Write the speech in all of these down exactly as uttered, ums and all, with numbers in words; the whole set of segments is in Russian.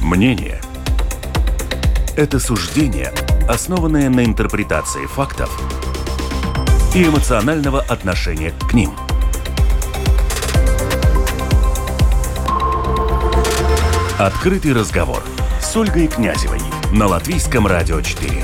Мнение – это суждение, основанное на интерпретации фактов и эмоционального отношения к ним. Открытый разговор с Ольгой Князевой на Латвийском радио четыре.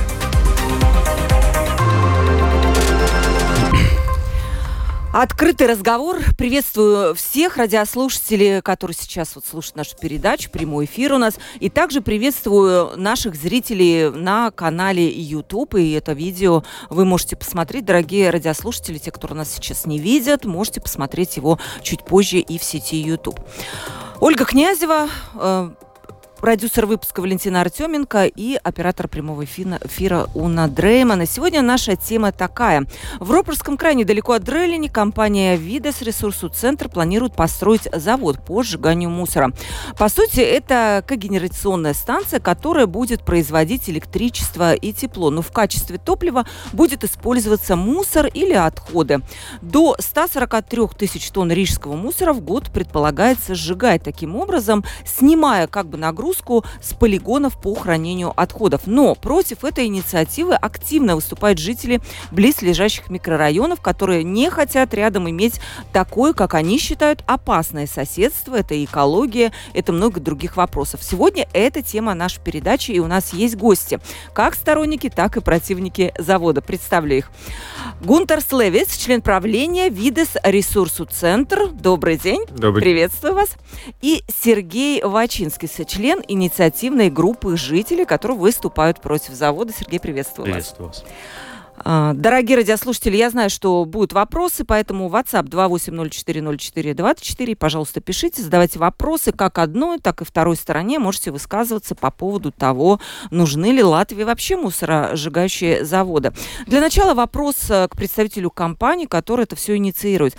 Открытый разговор. Приветствую всех радиослушателей, которые сейчас вот слушают нашу передачу, прямой эфир у нас. И также приветствую наших зрителей на канале YouTube. И это видео вы можете посмотреть, дорогие радиослушатели, те, кто нас сейчас не видят, можете посмотреть его чуть позже и в сети YouTube. Ольга Князева, э, продюсер выпуска Валентина Артеменко и оператор прямого эфира Уна Дреймана. Сегодня наша тема такая. В Ропорском крае, недалеко от Дрелини, компания «Видес Ресурсу-центр» планирует построить завод по сжиганию мусора. По сути, это когенерационная станция, которая будет производить электричество и тепло. Но в качестве топлива будет использоваться мусор или отходы. До ста сорока трёх тысяч тонн рижского мусора в год предполагается сжигать. Таким образом, снимая как бы нагрузку с полигонов по хранению отходов. Но против этой инициативы активно выступают жители близлежащих микрорайонов, которые не хотят рядом иметь такое, как они считают, опасное соседство. Это экология, это много других вопросов. Сегодня эта тема нашей передачи, и у нас есть гости. Как сторонники, так и противники завода. Представлю их. Гунтер Слевец, член правления Видес Ресурсу-центр. Добрый день. Добрый. Приветствую вас. И Сергей Вачинский, член инициативной группы жителей, которые выступают против завода. Сергей, приветствую, приветствую вас. вас. Дорогие радиослушатели, я знаю, что будут вопросы, поэтому WhatsApp два восемь ноль четыре ноль четыре двадцать четыре. Пожалуйста, пишите, задавайте вопросы как одной, так и второй стороне. Можете высказываться по поводу того, нужны ли Латвии вообще мусоросжигающие заводы. Для начала вопрос к представителю компании, который это все инициирует.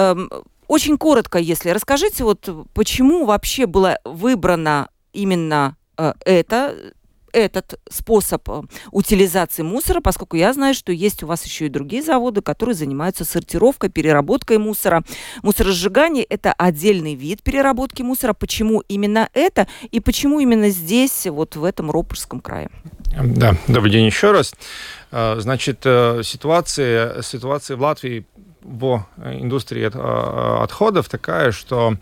Очень коротко, если расскажите, вот почему вообще было выбрано именно э, это, этот способ утилизации мусора, поскольку я знаю, что есть у вас еще и другие заводы, которые занимаются сортировкой, переработкой мусора. Мусоросжигание – это отдельный вид переработки мусора. Почему именно это и почему именно здесь, вот в этом Ропорском крае? Да, добрый день еще раз. Значит, ситуация, ситуация в Латвии в индустрии отходов такая, что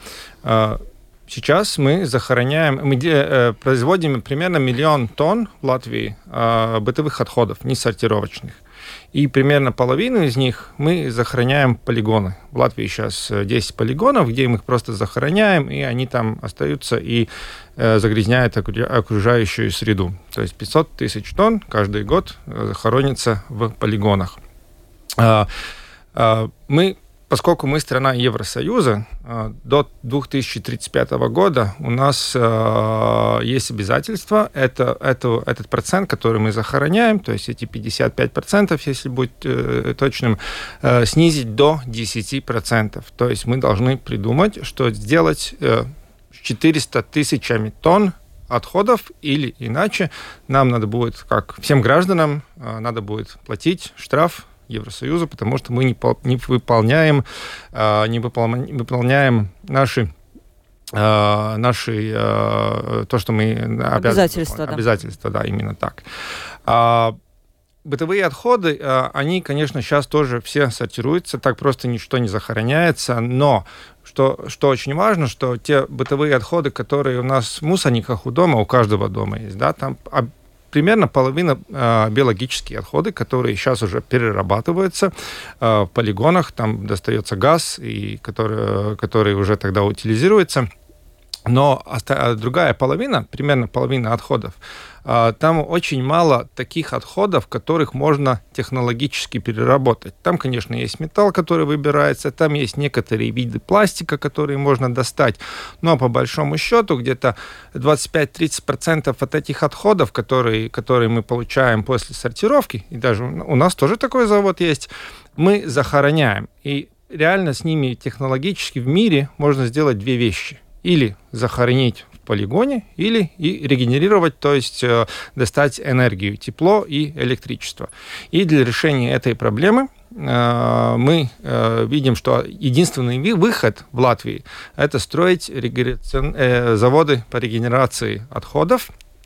сейчас мы захороняем, мы э, производим примерно миллион тонн в Латвии э, бытовых отходов, несортировочных. И примерно половину из них мы захороняем полигоны. В Латвии сейчас десять полигонов, где мы их просто захороняем, и они там остаются и э, загрязняют окружающую среду. То есть пятьсот тысяч тонн каждый год хоронится в полигонах. Э, э, мы Поскольку мы страна Евросоюза, до две тысячи тридцать пятого года у нас э, есть обязательство это, это, этот процент, который мы захороняем, то есть эти пятьдесят пять процентов, если быть э, точным, э, снизить до десять процентов. То есть мы должны придумать, что сделать э, четыреста тысячами тонн отходов, или иначе нам надо будет, как всем гражданам, э, надо будет платить штраф Евросоюза, потому что мы не, не выполняем, не выполняем наши, наши то, что мы обязательства, да. обязательства, да, именно так. Бытовые отходы, они, конечно, сейчас тоже все сортируются, так просто ничто не захороняется, но что, что очень важно, что те бытовые отходы, которые у нас в мусорниках у дома, у каждого дома есть, да, там примерно половина э, биологические отходы, которые сейчас уже перерабатываются э, в полигонах, там достается газ, и который, который уже тогда утилизируется. Но другая половина, примерно половина отходов, там очень мало таких отходов, которых можно технологически переработать. Там, конечно, есть металл, который выбирается, там есть некоторые виды пластика, которые можно достать, но по большому счету где-то двадцать пять - тридцать процентов от этих отходов, которые, которые мы получаем после сортировки, и даже у нас тоже такой завод есть, мы захороняем. И реально с ними технологически в мире можно сделать две вещи. Или захоронить в полигоне или и регенерировать, то есть достать энергию, тепло и электричество. И для решения этой проблемы мы видим, что единственный выход в Латвии – это строить заводы по регенерации отходов,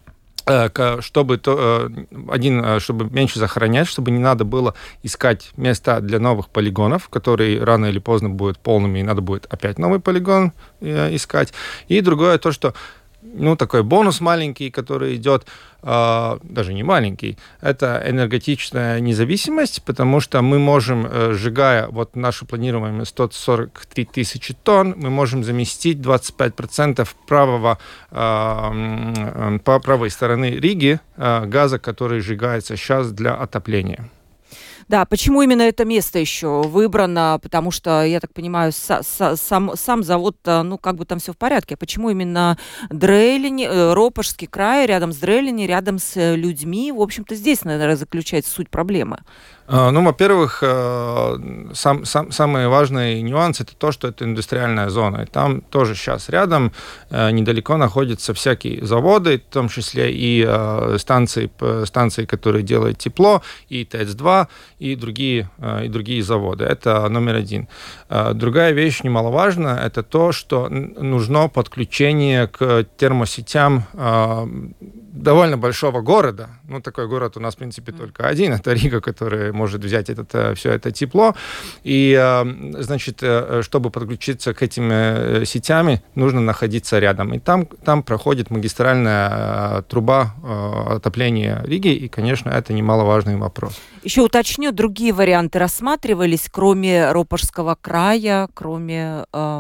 чтобы, то, один, чтобы меньше захоронять, чтобы не надо было искать места для новых полигонов, которые рано или поздно будут полными, и надо будет опять новый полигон искать. И другое то, что ну, такой бонус маленький, который идет, э, даже не маленький, это энергетическая независимость, потому что мы можем, э, сжигая вот нашу планируемую сто сорок три тысячи тонн, мы можем заместить двадцать пять процентов правого, э, по правой стороны Риги э, газа, который сжигается сейчас для отопления. Да, почему именно это место еще выбрано? Потому что, я так понимаю, са- са- сам, сам завод, ну, как бы там все в порядке. А почему именно Дрелини, Ропожский край, рядом с Дрелини, рядом с людьми? В общем-то, здесь, наверное, заключается суть проблемы. Ну, во-первых, сам, сам, самый важный нюанс – это то, что это индустриальная зона. И там тоже сейчас рядом, недалеко находятся всякие заводы, в том числе и станции, станции, которые делают тепло, и ТЭЦ два, и другие, и другие заводы. Это номер один. Другая вещь немаловажная – это то, что нужно подключение к термосетям довольно большого города. Ну, такой город у нас, в принципе, только один. Это Рига, который может взять это, все это тепло. И, значит, чтобы подключиться к этим сетям, нужно находиться рядом. И там, там проходит магистральная труба отопления Риги. И, конечно, это немаловажный вопрос. Еще уточню, другие варианты рассматривались, кроме Ропожского края, кроме...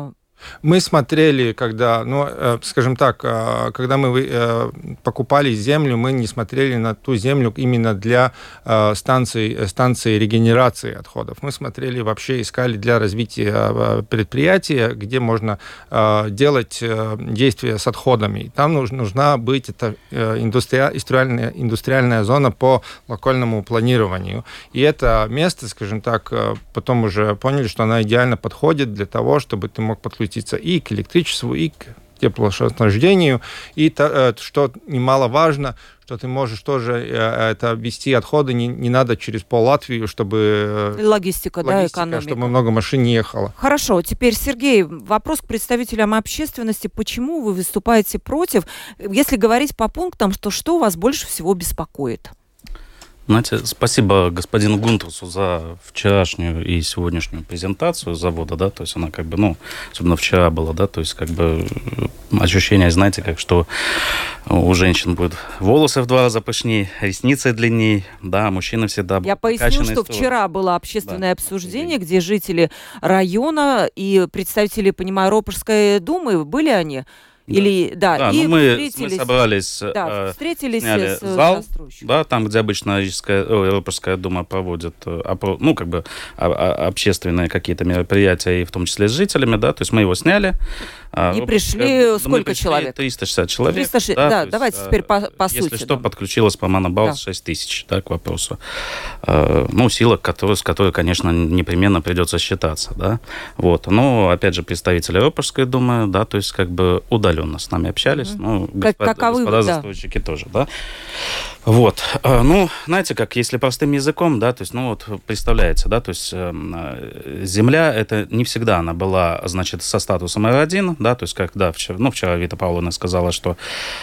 Мы смотрели, когда, ну, скажем так, когда мы покупали землю, мы не смотрели на ту землю именно для станции, станции регенерации отходов. Мы смотрели, вообще искали для развития предприятия, где можно делать действия с отходами. И там нужна быть эта индустриальная, индустриальная зона по локальному планированию. И это место, скажем так, потом уже поняли, что она идеально подходит для того, чтобы ты мог подключиться и к электричеству, и к теплоснабжению, и то, что немаловажно, что ты можешь тоже это вести отходы, не, не надо через пол Латвии, чтобы... Логистика, логистика, да, экономика. Чтобы много машин не ехало. Хорошо, теперь, Сергей, вопрос к представителям общественности. Почему вы выступаете против? Если говорить по пунктам, то что вас больше всего беспокоит? Знаете, спасибо господину Гунтерсу за вчерашнюю и сегодняшнюю презентацию завода, да, то есть она как бы, ну, особенно вчера была, да, то есть как бы ощущение, знаете, как что у женщин будут волосы в два раза пышнее, ресницы длиннее, да, мужчины всегда... Я поясню, что вчера было общественное да. обсуждение, где жители района и представители, понимаю, Ропожской думы, были они... Или, да, да, и ну мы, встретились, мы собрались, да, встретились сняли с зал, да, там, где обычно Ропожская дума проводит, ну, как бы, общественные какие-то мероприятия, и в том числе с жителями, да, то есть мы его сняли. И пришли да, сколько пришли человек? триста шестьдесят человек. триста шестьдесят, да, да давайте есть, теперь по, по если сути. Если что, да. подключилось по Манабалу да. шесть тысяч, да, к вопросу. Ну, сила, с которой, конечно, непременно придется считаться, да. Вот, но, опять же, представители Ропожской думы, да, то есть, как бы, удаленно с нами общались, mm-hmm. ну, как, господ, господа да. застройщики тоже, да. Вот, ну, знаете, как, если простым языком, да, то есть, ну, вот, представляете, да, то есть, земля, это не всегда она была, значит, со статусом эр один, да, то есть, когда, вчера, ну, вчера Вита Павловна сказала, что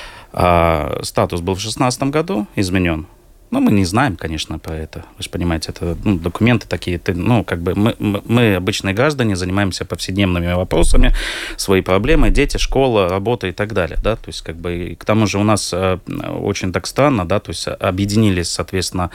а, статус был в шестнадцатом году изменен. Ну, мы не знаем, конечно, про это. Вы же понимаете, это ну, документы такие. Ну, как бы мы, мы, обычные граждане, занимаемся повседневными вопросами, свои проблемы, дети, школа, работа и так далее, да. То есть, как бы, и к тому же у нас э, очень так странно, да, то есть объединились, соответственно,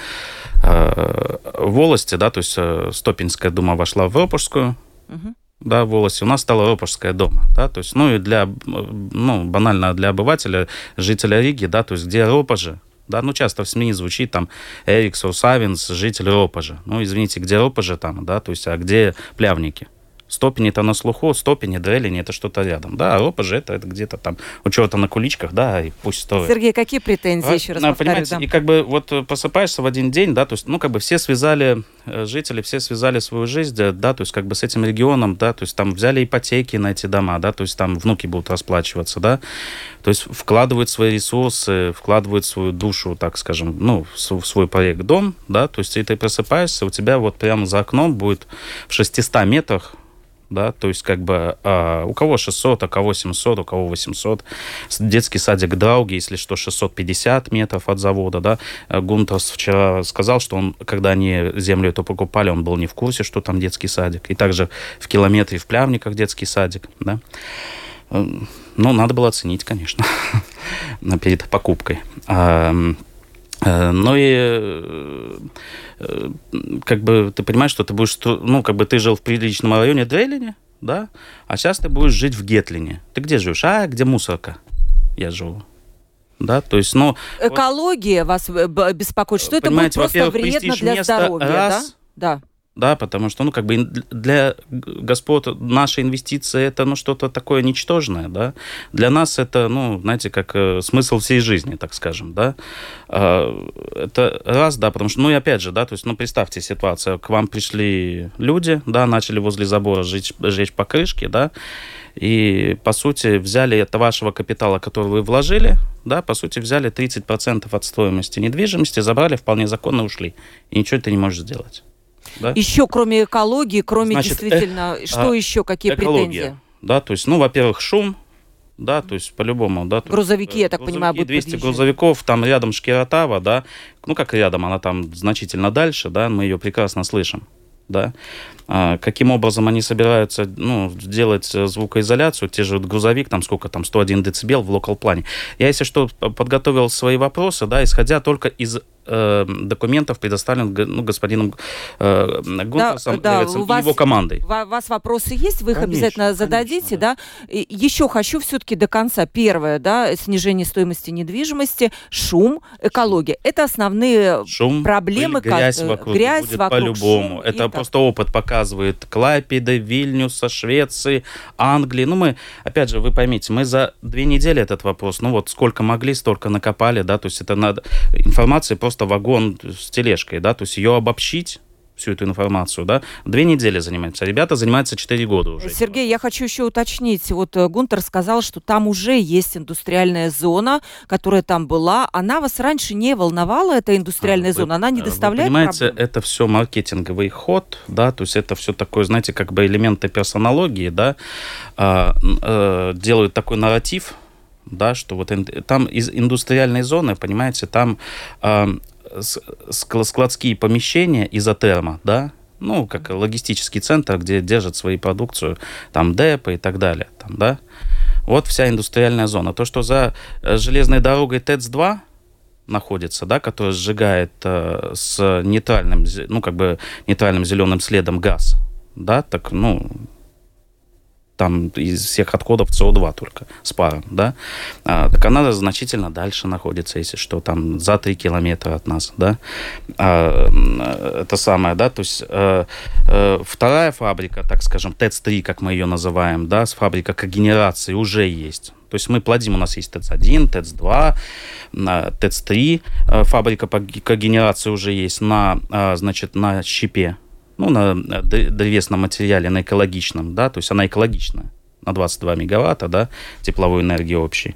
э, волости, да, то есть э, Стопинская дума вошла в Ропожскую, угу. да, в волости, у нас стала Ропожская дума, да, то есть, ну, и для, ну, банально для обывателя, жителя Риги, да, то есть, где Ропожи, да, ну, часто в СМИ звучит там Эрикс Савинс, житель Ропожа. Ну, извините, где Ропожа там, да, то есть, а где Плявники? Стопень это на слуху, стопень и дрелень это что-то рядом, да, а ропа же это, это где-то там у чего-то на куличках, да, и пусть стоит. Сергей, какие претензии, а, еще раз да, повторю, понимаете, да. и как бы вот просыпаешься в один день, да, то есть, ну, как бы все связали, жители все связали свою жизнь, да, то есть, как бы с этим регионом, да, то есть, там взяли ипотеки на эти дома, да, то есть, там внуки будут расплачиваться, да, то есть, вкладывают свои ресурсы, вкладывают свою душу, так скажем, ну, в свой проект дом, да, то есть, и ты просыпаешься, у тебя вот прямо за окном будет в шестистах метрах, да, то есть как бы а, у кого шестьсот, у кого семьсот, у кого восемьсот. Детский садик Драуги, если что, шестьсот пятьдесят метров от завода, да. Гунтерс вчера сказал, что он, когда они землю эту покупали, он был не в курсе, что там детский садик. И также в километре в Плявниках детский садик, да. Ну, надо было оценить, конечно, перед покупкой. Ну и как бы ты понимаешь, что ты будешь, ну, как бы ты жил в приличном районе Дрелине, да, а сейчас ты будешь жить в Гетлине. Ты где живешь? А, где мусорка? Я живу. Да, то есть, ну... Экология вот, вас беспокоит, что это будет просто вредно для здоровья, раз, да? Да. Да, потому что, ну, как бы для господ наши инвестиции это, ну, что-то такое ничтожное, да. Для нас это, ну, знаете, как э, смысл всей жизни, так скажем, да. Э, это раз, да, потому что, ну, и опять же, да, то есть, ну, представьте ситуацию, к вам пришли люди, да, начали возле забора жечь, жечь покрышки, да, и, по сути, взяли от вашего капитала, который вы вложили, да, по сути, взяли тридцать процентов от стоимости недвижимости, забрали, вполне законно ушли, и ничего ты не можешь сделать. Да? Еще кроме экологии, кроме Значит, действительно, э, что а, еще, какие экология, претензии? Да, то есть, ну, во-первых, шум, да, то есть по-любому, да. Грузовики, есть, я так грузовики, понимаю, будут двести подъезжать. грузовиков, там рядом Шкиротава, да, ну, как рядом, она там значительно дальше, да, мы ее прекрасно слышим, да. А, каким образом они собираются, ну, делать звукоизоляцию, те же грузовик, там сколько там, сто один децибел в локал-плане. Я, если что, подготовил свои вопросы, да, исходя только из э, документов, предоставленных, ну, господином э, Гунтерсом, да, да, и вас, его командой. У вас вопросы есть, вы их конечно, обязательно зададите, конечно, да. да. И еще хочу все-таки до конца. Первое, да, снижение стоимости недвижимости, шум, экология. Это основные шум, проблемы. пыль, грязь вокруг, грязь будет вокруг, по-любому. Шум, это просто так. Опыт показывает Клайпеды, Вильнюса, Швеции, Англии. Ну, мы, опять же, вы поймите, мы за две недели этот вопрос, ну, вот сколько могли, столько накопали, да, то есть это надо, информация просто вагон с тележкой, да, то есть ее обобщить, всю эту информацию, да, две недели занимаются. Ребята занимаются четыре года уже. Сергей, я хочу еще уточнить. Вот Гунтер сказал, что там уже есть индустриальная зона, которая там была. Она вас раньше не волновала, эта индустриальная а, зона? Вы, Она не доставляет вы понимаете, проблем? Это все маркетинговый ход, да, то есть это все такое, знаете, как бы элементы персонологии, да, а, а, делают такой нарратив, да, что вот там из индустриальной зоны, понимаете, там... А, складские помещения изотерма, да, ну, как логистический центр, где держат свою продукцию, там, депо и так далее, там, да, вот вся индустриальная зона. То, что за железной дорогой ТЭЦ два находится, да, которая сжигает э, с нейтральным, ну, как бы нейтральным зеленым следом газ, да, так, ну, там из всех отходов С О два только с паром, да, а, так она значительно дальше находится, если что, там за три километра от нас, да, а, это самое, да, то есть а, а, вторая фабрика, так скажем, ТЭЦ три, как мы ее называем, да, фабрика когенерации уже есть. То есть мы плодим, у нас есть ТЭЦ один, ТЭЦ два, ТЭЦ три, фабрика когенерации уже есть на, значит, на щепе, ну, на древесном материале, на экологичном, да, то есть она экологичная, на двадцать два мегаватта, да, тепловой энергии общей.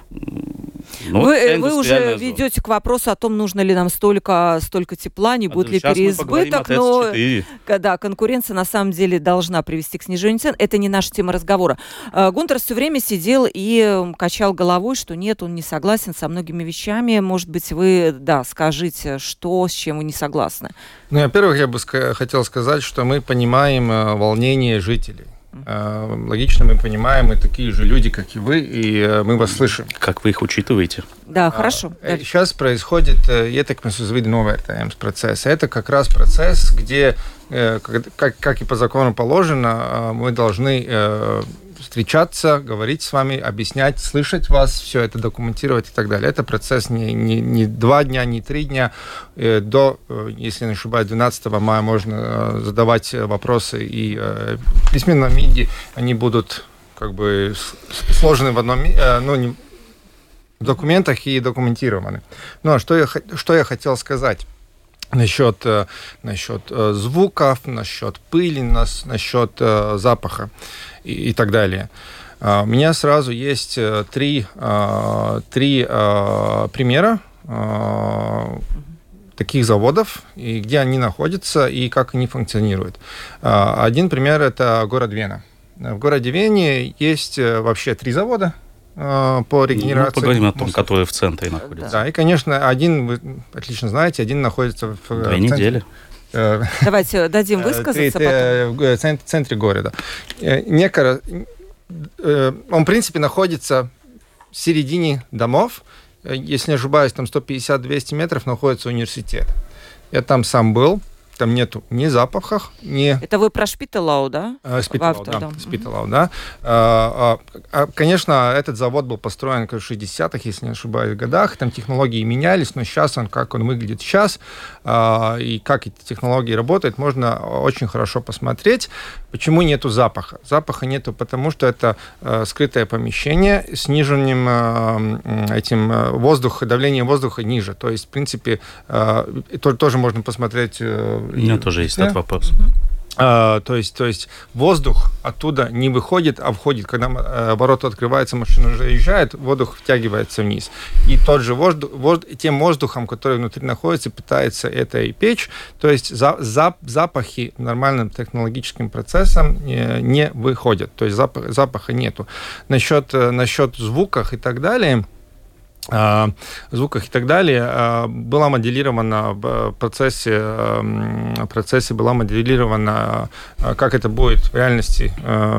Ну, вы вы уже зона. Ведете к вопросу о том, нужно ли нам столько, столько тепла, не будет а, ли переизбыток, но да, конкуренция на самом деле должна привести к снижению цен. Это не наша тема разговора. Гунтер все время сидел и качал головой, что нет, он не согласен со многими вещами. Может быть, вы, да, скажите, что, с чем вы не согласны? Ну, во-первых, я бы хотел сказать, что мы понимаем волнение жителей. Логично, мы понимаем, мы такие же люди, как и вы, и мы вас слышим. Как вы их учитываете? Да, хорошо. Сейчас происходит ietekmes uz vidi novērtējums процесс. Это как раз процесс, где, как, как и по закону положено, мы должны встречаться, говорить с вами, объяснять, слышать вас, все это документировать и так далее. Это процесс не, не, не два дня, не три дня. До, если не ошибаюсь, двенадцатого мая можно задавать вопросы, и в письменном виде они будут как бы сложены в одном, ну, не, в документах и документированы. Ну, а что я, что я хотел сказать? Насчет, насчет звуков, насчет пыли, нас, насчет запаха и, и так далее. У меня сразу есть три, три примера таких заводов, и где они находятся и как они функционируют. Один пример – это город Вена. В городе Вене есть вообще три завода по регенерации. Мы поговорим о том, который в центре находится. Да, и, конечно, один, вы отлично знаете, один находится в, Две в недели. Давайте дадим высказаться потом. В центре города. Некоро... Он, в принципе, находится в середине домов. Если не ошибаюсь, там сто пятьдесят - двести метров находится университет. Я там сам был. Там нету ни запахов, ни... Это вы про Шпиталау, да? Шпиталау, да. да. Шпиталау, да. А, а, конечно, этот завод был построен в шестидесятых, если не ошибаюсь, годах. Там технологии менялись, но сейчас он, как он выглядит сейчас, а, и как эти технологии работают, можно очень хорошо посмотреть. Почему нету запаха? Запаха нету, потому что это а, скрытое помещение с сниженным а, этим воздуха, давление воздуха ниже. То есть, в принципе, а, то, тоже можно посмотреть... У меня тоже есть этот вопрос. А, то есть, то есть воздух оттуда не выходит, а входит. Когда а, ворота открываются, машина уже заезжает, воздух втягивается вниз. И тот же воздух, воздух, тем воздухом, который внутри находится, питается это и печь. То есть за, за, запахи нормальным технологическим процессом не, не выходят. То есть запах, запаха нету. Насчет, насчет звуков и так далее... звуках и так далее, была моделирована в процессе, в процессе была моделирована, как это будет в реальности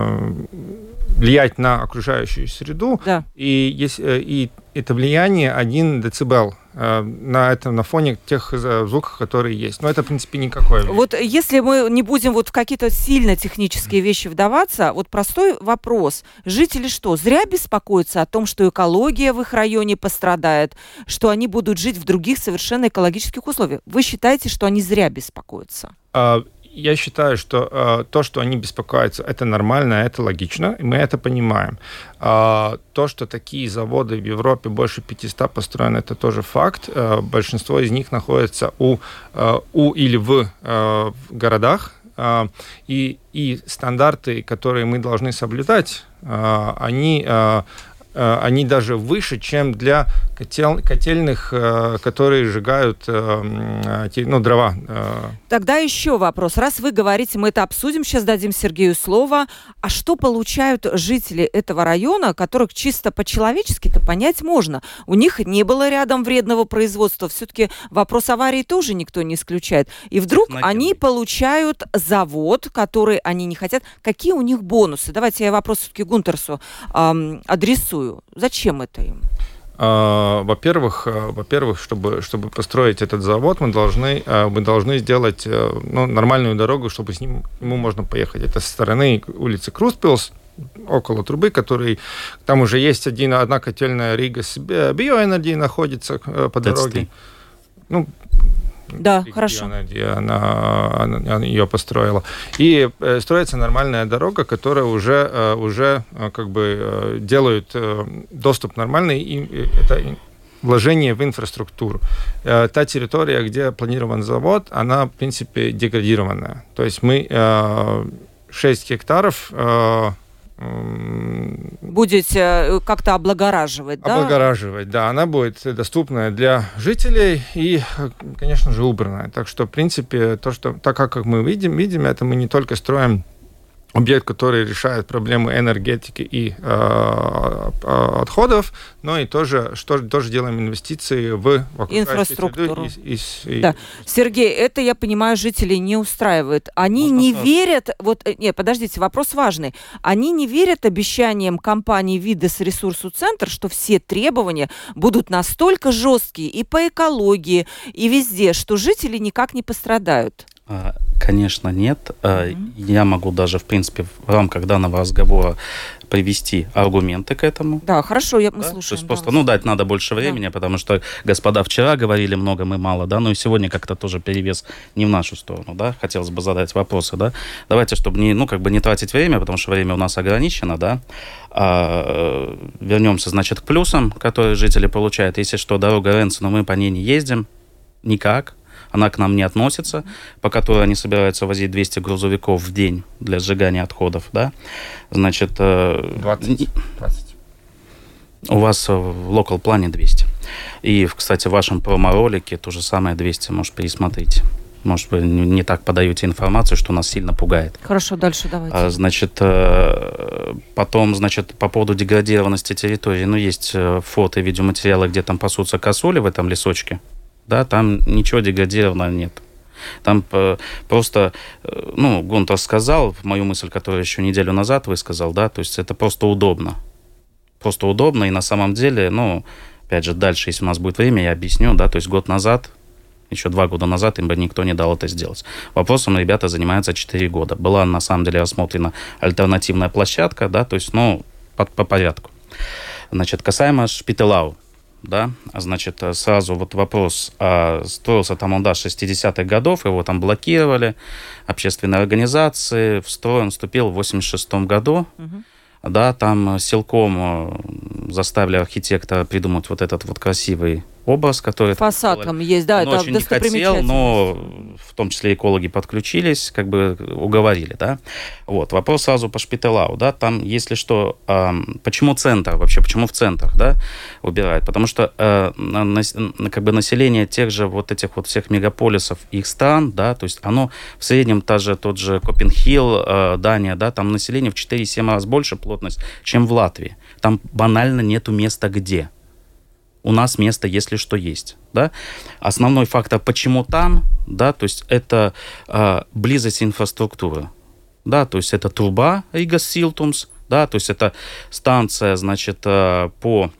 влиять на окружающую среду. Да. И, есть, и это влияние один децибел на, этом, на фоне тех звуков, которые есть. Но это, в принципе, никакое. Вот если мы не будем вот в какие-то сильно технические вещи вдаваться, вот простой вопрос. Жители что, зря беспокоятся о том, что экология в их районе пострадает, что они будут жить в других совершенно экологических условиях? Вы считаете, что они зря беспокоятся? Я считаю, что э, то, что они беспокоятся, это нормально, это логично, и мы это понимаем. Э, то, что такие заводы в Европе больше пятисот построены, это тоже факт. Э, большинство из них находятся у, э, у или в, э, в городах. Э, и, и стандарты, которые мы должны соблюдать, э, они... Э, они даже выше, чем для котел, котельных, которые сжигают ну, дрова. Тогда еще вопрос. Раз вы говорите, мы это обсудим, сейчас дадим Сергею слово. А что получают жители этого района, которых чисто по-человечески-то понять можно? У них не было рядом вредного производства. Все-таки вопрос аварии тоже никто не исключает. И вдруг они получают завод, который они не хотят. Какие у них бонусы? Давайте я вопрос все-таки Гунтерсу эм, адресую. Зачем это им? Во-первых, во-первых, чтобы, чтобы построить этот завод, мы должны, мы должны сделать ну, нормальную дорогу, чтобы с ним, ему можно поехать. Это со стороны улицы Круспилс, около трубы, который... Там уже есть один, одна котельная Рига с биоэнергией находится по дороге. Ну, да, хорошо. Она, она, она ее построила. И э, строится нормальная дорога, которая уже, э, уже э, как бы э, делают э, доступ нормальный, и э, это вложение в инфраструктуру. Э, та территория, где планирован завод, она, в принципе, деградированная. То есть мы э, шесть гектаров... Э, будете как-то облагораживать, да? Облагораживать, да. Она будет доступна для жителей и, конечно же, убранная. Так что, в принципе, то, что, так как мы видим, видим, это мы не только строим объект, который решает проблемы энергетики и э, отходов, но и тоже, что, тоже делаем инвестиции в инфраструктуру. И, и, и... Да. Сергей, это, я понимаю, жителей не устраивает. Они Можно не сразу? верят... Вот, нет, подождите, вопрос важный. Они не верят обещаниям компании Видес Ресурсу Центр, что все требования будут настолько жесткие и по экологии, и везде, что жители никак не пострадают. Конечно, нет. Mm-hmm. Я могу даже, в принципе, в рамках данного разговора привести аргументы к этому. Да, хорошо, я, мы да? слушаем. То есть да, просто, ну, дать надо больше времени, да. потому что, господа, вчера говорили много, мы мало, да, но и сегодня как-то тоже перевес не в нашу сторону, да, хотелось бы задать вопросы, да. Давайте, чтобы не, ну, как бы не тратить время, потому что время у нас ограничено, да, а, вернемся, значит, к плюсам, которые жители получают. Если что, дорога Ренца, но мы по ней не ездим никак. Она к нам не относится, по которой они собираются возить двести грузовиков в день для сжигания отходов, да, значит... двадцать. двадцать. У вас в локал-плане двести. И, кстати, в вашем промо-ролике то же самое двести, может, пересмотрите. Может, вы не так подаете информацию, что нас сильно пугает. Хорошо, дальше давайте. А, значит, потом, значит, по поводу деградированности территории, ну, есть фото и видеоматериалы, где там пасутся косули в этом лесочке. Да, там ничего деградированного нет. Там просто, ну, Гунтер сказал, мою мысль, которую еще неделю назад высказал, да, то есть это просто удобно. Просто удобно, и на самом деле, ну, опять же, дальше, если у нас будет время, я объясню, да, то есть год назад, еще два года назад им бы никто не дал это сделать. Вопросом ребята занимаются четыре года. Была, на самом деле, рассмотрена альтернативная площадка, да, то есть, ну, по, по порядку. Значит, касаемо Шпиталау. Да, значит, сразу вот вопрос, а, строился там он, да, шестидесятых годов, его там блокировали, общественные организации, в строй он вступил в восемьдесят шестом году, угу. Да, там силком заставили архитектора придумать вот этот вот красивый образ, который... Фасад там есть, да, он это очень не хотел, но в том числе экологи подключились, как бы уговорили, да. Вот, вопрос сразу по Шпиталау, да, там, если что, э, почему центр вообще, почему в центрах, да, убирают? Потому что э, на, на, как бы население тех же вот этих вот всех мегаполисов, их стран, да, то есть оно в среднем, та же, тот же Копенхилл, э, Дания, да, там население в четыре-семь раз больше плотность, чем в Латвии. Там банально нету места где. У нас место, если что, есть. Да? Основной фактор, почему там, да, то есть это э, близость инфраструктуры. Да, то есть это труба Рига Силтумс, да, то есть это станция, значит, э, по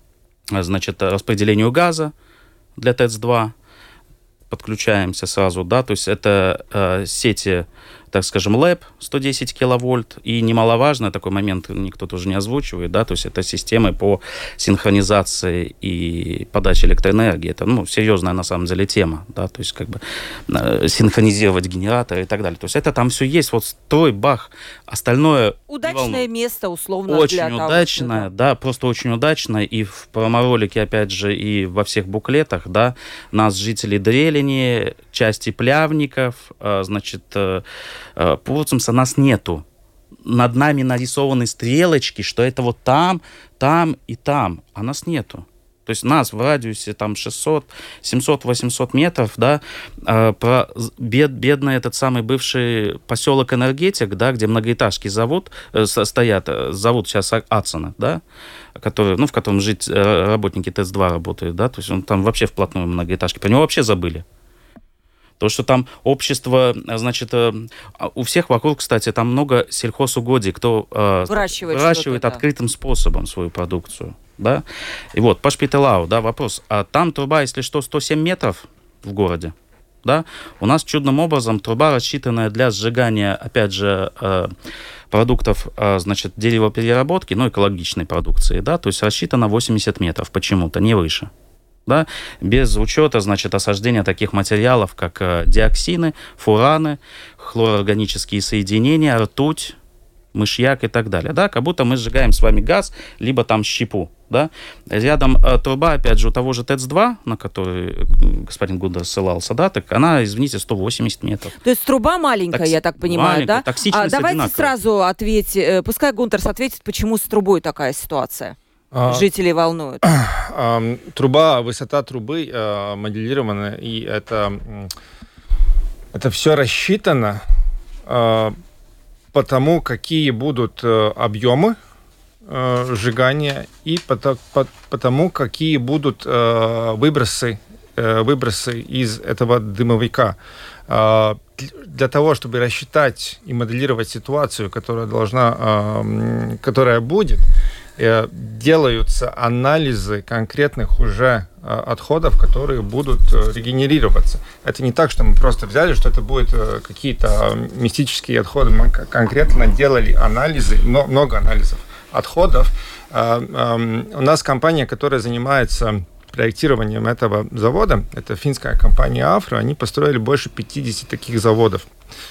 значит, распределению газа для ТЭЦ два. Подключаемся сразу, да, то есть это э, сети, так скажем, ЛЭП сто десять киловольт, и немаловажно, такой момент никто тоже не озвучивает, да, то есть это системы по синхронизации и подаче электроэнергии, это, ну, серьезная на самом деле тема, да, то есть как бы э, синхронизировать генераторы и так далее, то есть это там все есть, вот строй, бах, остальное... Удачное место, условно, очень для того, удачное, что... да, просто очень удачное, и в промо-ролике, опять же, и во всех буклетах, да, нас жители Дрелени, части Плявников, э, значит, э, Пурцумса нас нету. Над нами нарисованы стрелочки, что это вот там, там и там, а нас нету. То есть нас в радиусе там шестьсот, семьсот, восемьсот метров, да, э, про бед, бедный этот самый бывший поселок Энергетик, да, где многоэтажки зовут, э, стоят, зовут сейчас Ацена, да, который, ну, в котором жить э, работники ТЭЦ два работают, да, то есть он там вообще вплотную многоэтажки, про него вообще забыли. То, что там общество, значит, у всех вокруг, кстати, там много сельхозугодий, кто выращивает, выращивает открытым способом свою продукцию, да. И вот, по Шпиталау, да, вопрос. А там труба, если что, сто семь метров в городе, да. У нас чудным образом труба, рассчитанная для сжигания, опять же, продуктов, значит, деревопереработки, ну, экологичной продукции, да, то есть рассчитана восемьдесят метров почему-то, не выше. Да, без учета, значит, осаждения таких материалов, как э, диоксины, фураны, хлороорганические соединения, ртуть, мышьяк и так далее. Да, как будто мы сжигаем с вами газ, либо там щепу. Да. Рядом э, труба, опять же, у того же ТЭЦ два, на который господин Гунтер ссылался, да, так она, извините, сто восемьдесят метров. То есть труба маленькая, Токси... я так понимаю, да? Токсичность а, давайте одинаковая. Сразу ответьте, пускай Гунтер ответит, почему с трубой такая ситуация. Жителей волнуют. Труба, высота трубы моделирована, и это, это все рассчитано по тому, какие будут объемы сжигания и по, по, по тому, какие будут выбросы, выбросы из этого дымовика. Для того, чтобы рассчитать и моделировать ситуацию, которая должна, которая будет, делаются анализы конкретных уже отходов, которые будут регенерироваться. Это не так, что мы просто взяли, что это будут какие-то мистические отходы. Мы конкретно делали анализы, много анализов отходов. У нас компания, которая занимается проектированием этого завода, это финская компания «Афро», они построили больше пятьдесят таких заводов.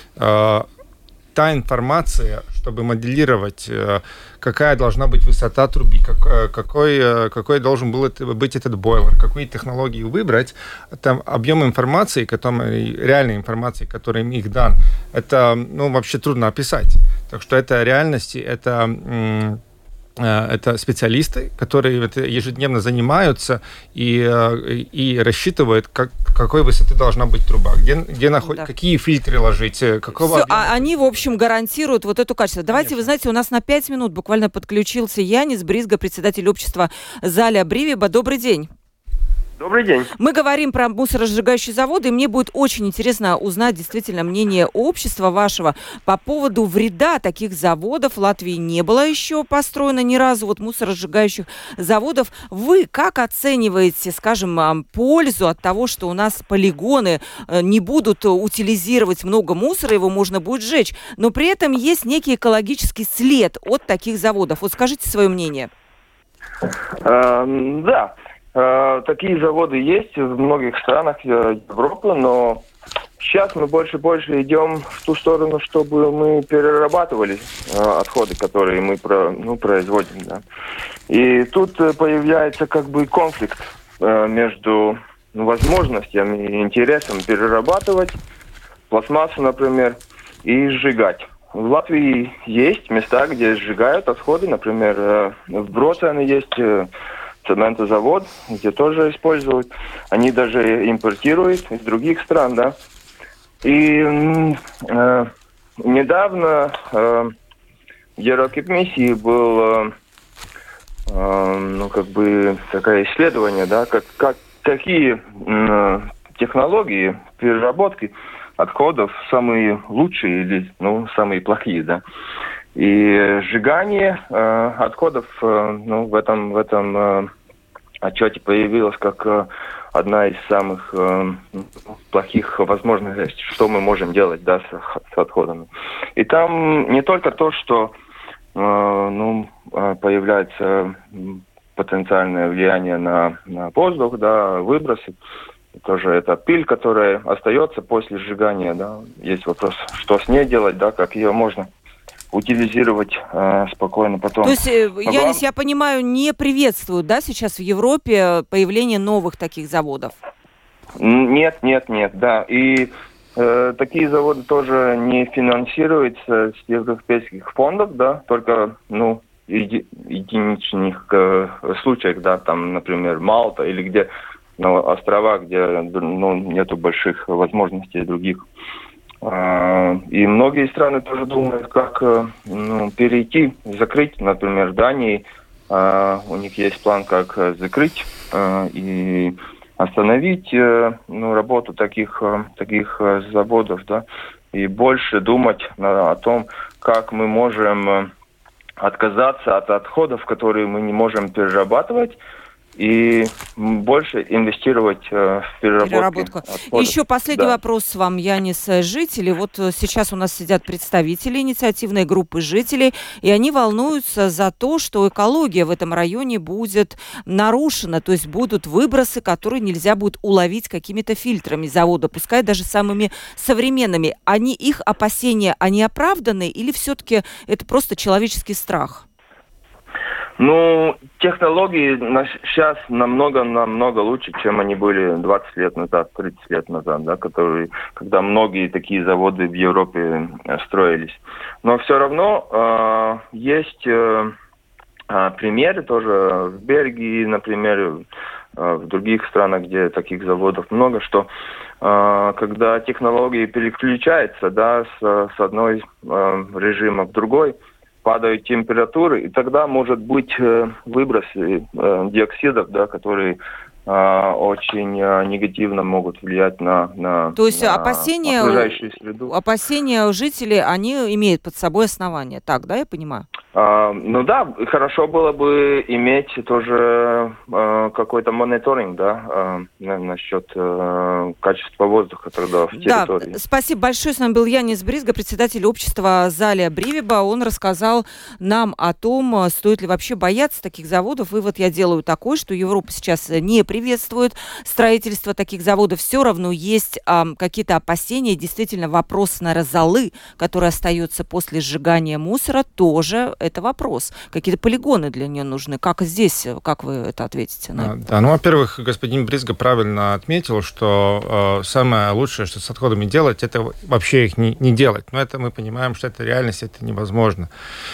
Та информация, чтобы моделировать, какая должна быть высота трубы, как, какой, какой должен был быть этот бойлер, какие технологии выбрать, там объем информации, который, реальной информации, которая им их дан, это ну, вообще трудно описать. Так что это реальности, это... Это специалисты, которые ежедневно занимаются и, и рассчитывают, как, какой высоты должна быть труба, где, где наход... да. какие фильтры ложить, какого Все, а они, в общем, гарантируют вот эту качество. Давайте, Конечно. Вы знаете, у нас на пять минут буквально подключился Янис Бризга, председатель общества Заля Бривиба. Добрый день. Добрый день. Мы говорим про мусоросжигающие заводы, и мне будет очень интересно узнать действительно мнение общества вашего по поводу вреда таких заводов. В Латвии не было еще построено ни разу вот мусоросжигающих заводов. Вы как оцениваете, скажем, пользу от того, что у нас полигоны не будут утилизировать много мусора, его можно будет сжечь, но при этом есть некий экологический след от таких заводов? Вот скажите свое мнение. А, да. Такие заводы есть в многих странах Европы, но сейчас мы больше и больше идем в ту сторону, чтобы мы перерабатывали отходы, которые мы ну, производим. Да. И тут появляется как бы конфликт между возможностями и интересом перерабатывать пластмассу, например, и сжигать. В Латвии есть места, где сжигают отходы, например, в Броцене есть цементозавод, где тоже используют. Они даже импортируют из других стран, да. И э, недавно э, в Еврокомиссии было э, ну, как бы такое исследование, да, как, как, какие э, технологии переработки отходов самые лучшие или ну, самые плохие, да. И сжигание э, отходов э, ну, в этом, в этом э, отчете появилось как э, одна из самых э, плохих возможностей, что мы можем делать да, с, с отходами. И там не только то, что э, ну, появляется потенциальное влияние на, на воздух, да, выбросы, тоже это пыль, которая остается после сжигания. Да. Есть вопрос, что с ней делать, да, как ее можно утилизировать э, спокойно потом. То есть, э, Янис, я понимаю, не приветствуют, да, сейчас в Европе появление новых таких заводов? Нет, нет, нет, да. И э, такие заводы тоже не финансируются с европейских фондов, да, только, ну, еди- единичных э, случаях, да, там, например, Малта или где, ну, острова, где, ну, нету больших возможностей других. И многие страны тоже думают, как ну, перейти, закрыть, например, в Дании. У них есть план, как закрыть и остановить ну, работу таких, таких заводов, да, и больше думать о том, как мы можем отказаться от отходов, которые мы не можем перерабатывать, и больше инвестировать э, в переработку. переработку. Еще последний да. вопрос вам, Янис. Жители, вот сейчас у нас сидят представители инициативной группы жителей, и они волнуются за то, что экология в этом районе будет нарушена, то есть будут выбросы, которые нельзя будет уловить какими-то фильтрами завода, пускай даже самыми современными. Они, их опасения, они оправданы или все-таки это просто человеческий страх? Ну, технологии сейчас намного-намного лучше, чем они были двадцать лет назад, тридцать лет назад, да, которые, когда многие такие заводы в Европе строились. Но все равно э, есть э, примеры тоже в Бельгии, например, э, в других странах, где таких заводов много, что э, когда технологии переключаются, да, с, с одной э, режима в другой, падают температуры, и тогда может быть э, выбросы э, диоксидов, да, которые очень негативно могут влиять на, на, То есть на опасения, окружающую среду. Опасения жителей, они имеют под собой основания. Так, да, я понимаю? А, ну да, хорошо было бы иметь тоже а, какой-то мониторинг, да, а, насчет а, качества воздуха тогда в территории. Да, спасибо большое. С нами был Янис Бризга, председатель общества Залия Бривиба. Он рассказал нам о том, стоит ли вообще бояться таких заводов. Вывод я делаю такой, что Европа сейчас не приветствует строительство таких заводов. Все равно есть а, какие-то опасения. Действительно, вопрос, наверное, золы, который остается после сжигания мусора, тоже это вопрос. Какие-то полигоны для нее нужны. Как здесь, как вы это ответите на это? Да, ну, во-первых, господин Бризга правильно отметил, что э, самое лучшее, что с отходами делать, это вообще их не, не делать. Но это мы понимаем, что это реальность, это невозможно.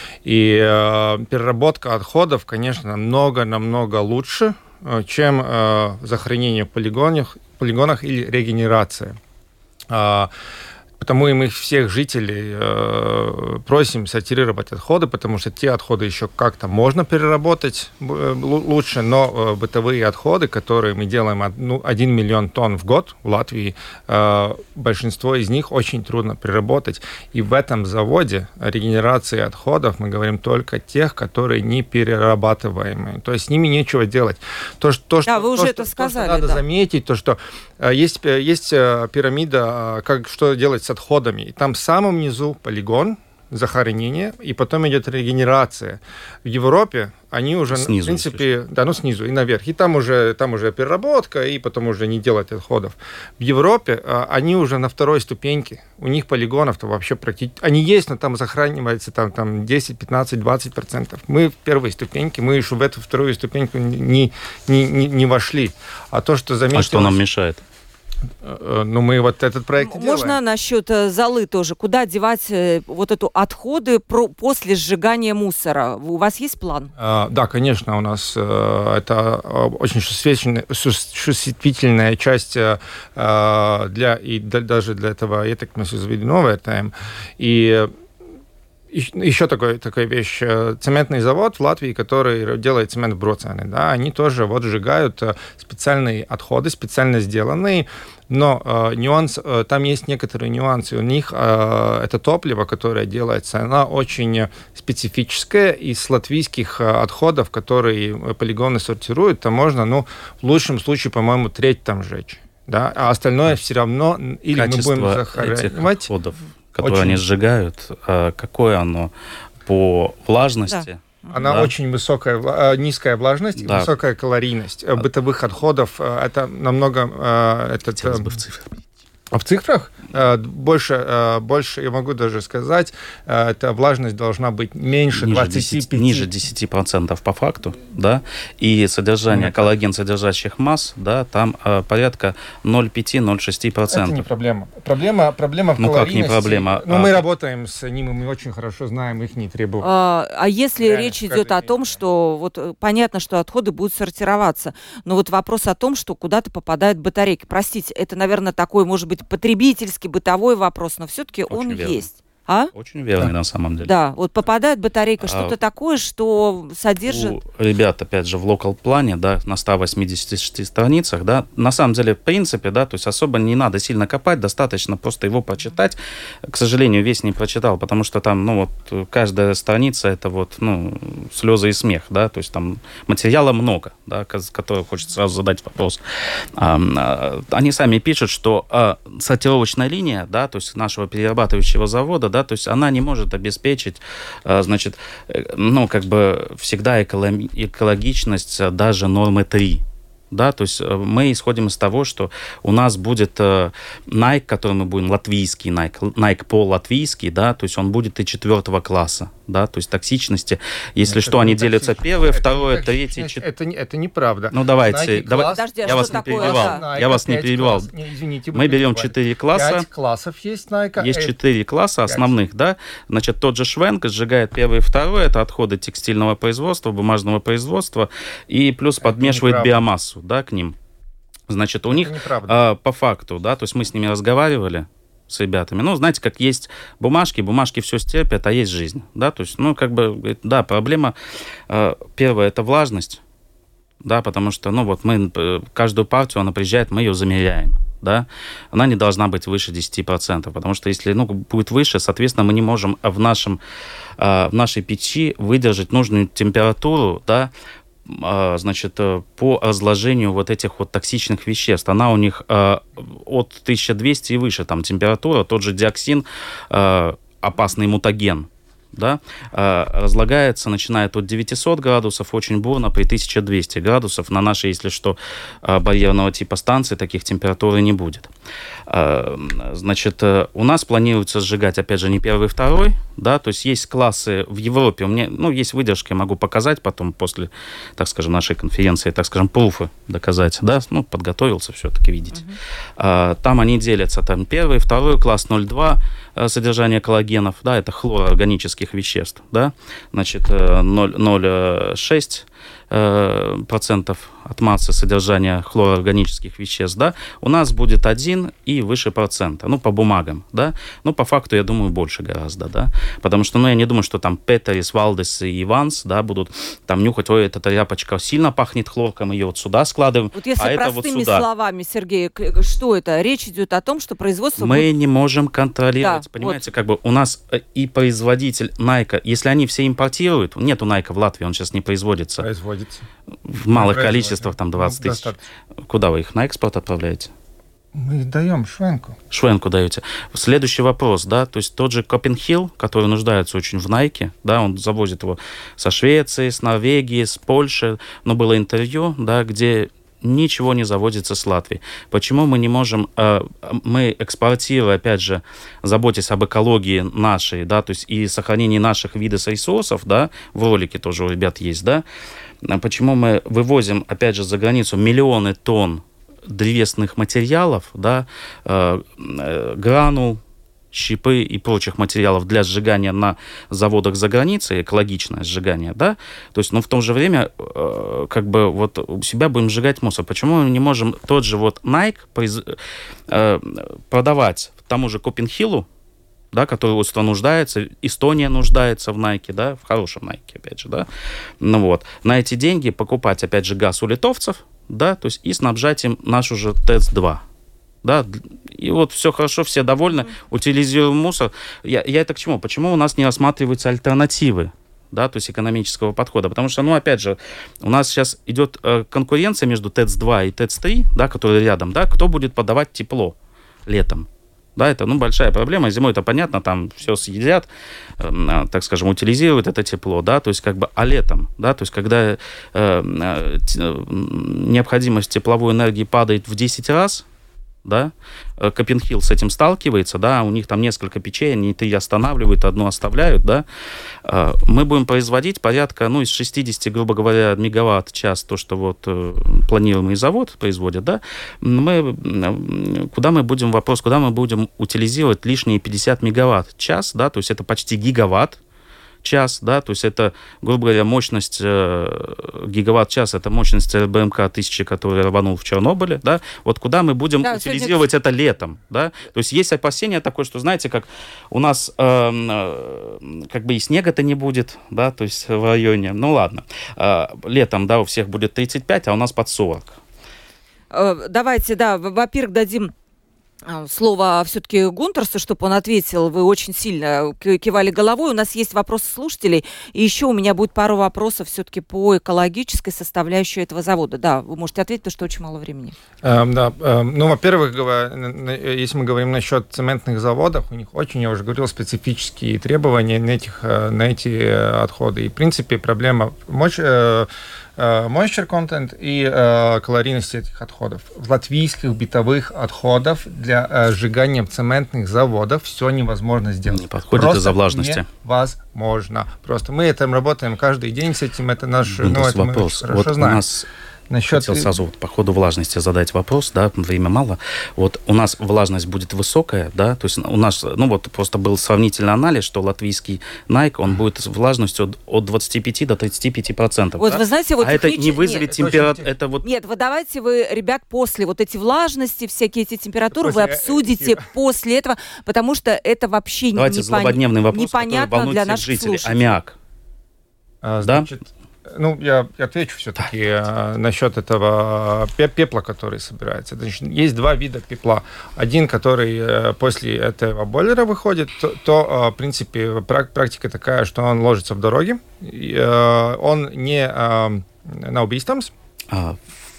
И э, переработка отходов, конечно, намного-намного лучше, чем э, захоронение в полигонах, полигонах или регенерация. Э, Потому и мы всех жителей э, просим сортировать отходы, потому что те отходы еще как-то можно переработать лучше, но э, бытовые отходы, которые мы делаем ну, один миллион тонн в год в Латвии, э, большинство из них очень трудно переработать. И в этом заводе регенерации отходов мы говорим только о тех, которые не перерабатываемые. То есть с ними нечего делать. То, что, то, да, вы то, уже что, это сказали. То, что надо да. заметить, то, что э, есть, есть пирамида, как, что делать с отходами. И там в самом низу полигон, захоронение, и потом идет регенерация. В Европе они уже, снизу, в принципе, да, ну снизу и наверх. И там уже, там уже переработка, и потом уже не делать отходов. В Европе а, они уже на второй ступеньке. У них полигонов-то вообще практически... Они есть, но там захоранивается там, там десять, пятнадцать, двадцать процентов. Мы в первой ступеньке, мы еще в эту вторую ступеньку не, не, не, не вошли. А то, что заметилось... А что нам мешает? Ну, мы вот этот проект Можно делаем. Можно насчет золы тоже? Куда девать вот эту отходы про, после сжигания мусора? У вас есть план? Uh, да, конечно, у нас uh, это очень чувствительная, чувствительная часть uh, для, и да, даже для этого ietekmes uz vidi novērtējuma. И еще такой, такая вещь. Цементный завод в Латвии, который делает цемент в Броцене, да, они тоже вот сжигают специальные отходы, специально сделанные, но э, нюанс, э, там есть некоторые нюансы. У них э, это топливо, которое делается, оно очень специфическое. Из латвийских э, отходов, которые полигоны сортируют, там можно, ну, в лучшем случае, по-моему, треть там сжечь. Да? А остальное все равно или Качество мы будем захоранивать. этих отходов, которые очень... они сжигают, какое оно по влажности? Да. Она да. очень высокая, низкая влажность, да. высокая калорийность. Бытовых отходов это намного... Этот, Хотелось бы в цифрах. В цифрах больше, больше, я могу даже сказать, эта влажность должна быть меньше ниже двадцати пяти. Ниже десяти процентов по факту, да, и содержание Нет. коллаген содержащих масс, да, там э, порядка ноль целых пять - ноль целых шесть процентов. Это не проблема. Проблема, проблема в ну, калорийности. Ну, как не проблема? Ну, а... мы работаем с ними, мы очень хорошо знаем их требования. А, а если Реально, речь идет о том, день. что вот понятно, что отходы будут сортироваться, но вот вопрос о том, что куда-то попадают батарейки. Простите, это, наверное, такой, может быть, потребительский, бытовой вопрос, но все-таки он верно. есть. А? Очень верно, да. на самом деле. Да, вот попадает батарейка, А, что-то такое, что содержит... У ребят, опять же, в локал-плане, да, на ста восьмидесяти шести страницах, да, на самом деле, в принципе, да, то есть особо не надо сильно копать, достаточно просто его прочитать. К сожалению, весь не прочитал, потому что там, ну, вот, каждая страница, это вот, ну, слезы и смех, да, то есть там материала много, да, который хочется сразу задать вопрос. Они сами пишут, что сортировочная линия, да, то есть нашего перерабатывающего завода, да, то есть она не может обеспечить, значит, ну, как бы всегда экологичность даже нормы три. Да, то есть мы исходим из того, что у нас будет Nike, который мы будем, латвийский Nike, Nike по-латвийски, да, то есть он будет и четвертого класса, да, то есть токсичности, если это что, они делятся первое, это второе, третье, четвертое. Это, это неправда. Ну, давайте, давай, Подожди, а я вас такое, не перебивал, да? я вас не перебивал. Класс, не, извините, мы берем четыре класса. пять классов есть Nike. Есть четыре класса основных, да, значит, тот же Швенк сжигает первый и второй, это отходы текстильного производства, бумажного производства, и плюс это подмешивает неправда. Биомассу, да, к ним. Значит, у это них а, по факту, да, то есть мы с ними разговаривали, с ребятами. Ну, знаете, как есть бумажки, бумажки все стерпят, а есть жизнь, да, то есть, ну, как бы, да, проблема, э, первая, это влажность, да, потому что, ну, вот мы, каждую партию, она приезжает, мы ее замеряем, да, она не должна быть выше десять процентов, потому что если, ну, будет выше, соответственно, мы не можем в, нашем, в нашей печи выдержать нужную температуру, да, значит, по разложению вот этих вот токсичных веществ. Она у них от тысяча двухсот и выше, там, температура, тот же диоксин, опасный мутаген, да, разлагается, начинает от девятисот градусов, очень бурно при тысяча двухстах градусов. На нашей, если что, барьерного типа станции таких температур не будет. Значит, у нас планируется сжигать, опять же, не первый, второй, да, то есть есть классы в Европе, у меня, ну, есть выдержки, могу показать потом после, так скажем, нашей конференции, так скажем, пруфы доказать, да, ну, подготовился все-таки, видите. Uh-huh. Там они делятся, там первый, второй класс, ноль целых два содержание коллагенов, да, это хлороорганических веществ, да, значит, ноль целых шесть процентов от массы содержания хлороорганических веществ, да, у нас будет один и выше процента, ну, по бумагам, да, ну, по факту, я думаю, больше гораздо, да, потому что, ну, я не думаю, что там Петерис, Валдес и Иванс, да, будут там нюхать, ой, эта тряпочка сильно пахнет хлорком, ее вот сюда складываем, вот если а это простыми вот сюда. Словами, Сергей, что это? Речь идет о том, что производство... Мы будет... не можем контролировать, да, понимаете, вот. Как бы у нас и производитель Nike, если они все импортируют, нету Nike в Латвии, он сейчас не производится. Производится. В малых количествах, там двадцать тысяч. Куда вы их на экспорт отправляете? Мы даем Швенку. Швенку даете. Следующий вопрос, да, то есть тот же Копенхилл, который нуждается очень в Nike, да, он завозит его со Швеции, с Норвегии, с Польши, но было интервью, да, где ничего не заводится с Латвии. Почему мы не можем, э, мы экспортируя, опять же, заботясь об экологии нашей, да, то есть и сохранении наших видов ресурсов, да, в ролике тоже у ребят есть, да, почему мы вывозим, опять же, за границу миллионы тонн древесных материалов, да, э, э, гранул, щепы и прочих материалов для сжигания на заводах за границей, экологичное сжигание, да, то есть, но в то же время, э, как бы, вот у себя будем сжигать мусор. Почему мы не можем тот же вот Nike произ... э, продавать тому же Копенхиллу, да, который вот нуждается, Эстония нуждается в Nike, да, в хорошем Nike, опять же, да, ну вот, на эти деньги покупать, опять же, газ у литовцев, да, то есть и снабжать им нашу же ТЭЦ два. Да, и вот все хорошо, все довольны, mm-hmm. утилизируем мусор. Я, я это к чему? Почему у нас не рассматриваются альтернативы, да, то есть экономического подхода? Потому что, ну, опять же, у нас сейчас идет э, конкуренция между ТЭЦ два и ТЭЦ три, да, которые рядом, да, кто будет подавать тепло летом? Да, это, ну, большая проблема. Зимой это понятно, там все съедят, э, так скажем, утилизируют это тепло, да, то есть как бы, а летом, да, то есть когда э, э, необходимость тепловой энергии падает в десять раз, да, Копенхилл с этим сталкивается, да, у них там несколько печей, они три останавливают, одну оставляют, да, мы будем производить порядка, ну, из шестидесяти, грубо говоря, мегаватт-час, то, что вот планируемый завод производит, да, мы, куда мы будем, вопрос, куда мы будем утилизировать лишние пятьдесят мегаватт-час, да, то есть это почти гигаватт, час, да, то есть это, грубо говоря, мощность э, гигаватт-час, это мощность РБМК тысячи, который рванул в Чернобыле, да, вот куда мы будем да, утилизировать сегодня... это летом, да, то есть есть опасение такое, что, знаете, как у нас э, э, как бы и снега-то не будет, да, то есть в районе, ну ладно, э, летом, да, у всех будет тридцать пять, а у нас под сорок. Давайте, да, во-первых, дадим слово все-таки Гунтерсу, чтобы он ответил. Вы очень сильно кивали головой. У нас есть вопросы слушателей. И еще у меня будет пару вопросов все-таки по экологической составляющей этого завода. Да, вы можете ответить, потому что очень мало времени. Эм, да, эм, ну, во-первых, если мы говорим насчет цементных заводов, у них очень, я уже говорил, специфические требования на, этих, на эти отходы. И, в принципе, проблема мощь, moisture content и э, калорийность этих отходов. В латвийских бытовых отходов для э, сжигания цементных заводов все невозможно сделать. Не подходит Просто из-за влажности. Невозможно. Просто мы этим работаем каждый день с этим. Это наш, ну, это вопрос. Мы хорошо вот знаем. У нас... Насчет... Хотел сразу вот по ходу влажности задать вопрос, да, время мало. Вот у нас влажность будет высокая, да, то есть у нас, ну вот просто был сравнительный анализ, что латвийский Nike, он будет с влажностью от, от двадцати пяти до тридцати пяти процентов. Вот да? вы знаете, вот а технич... это не вызовет температуру, это вот... Нет, вы давайте вы, ребят, после вот эти влажности, всякие эти температуры, после... вы обсудите после этого, потому что это вообще давайте непон... злободневный вопрос, непонятно который волнует для всех наших жителей. слушателей. Аммиак. А, значит... Да? ну, я отвечу все-таки э, насчет этого пепла, который собирается. Значит, есть два вида пепла. Один, который э, после этого бойлера выходит, то, то э, в принципе, практика такая, что он ложится в дороге, и, э, он не э, на убийствams. А,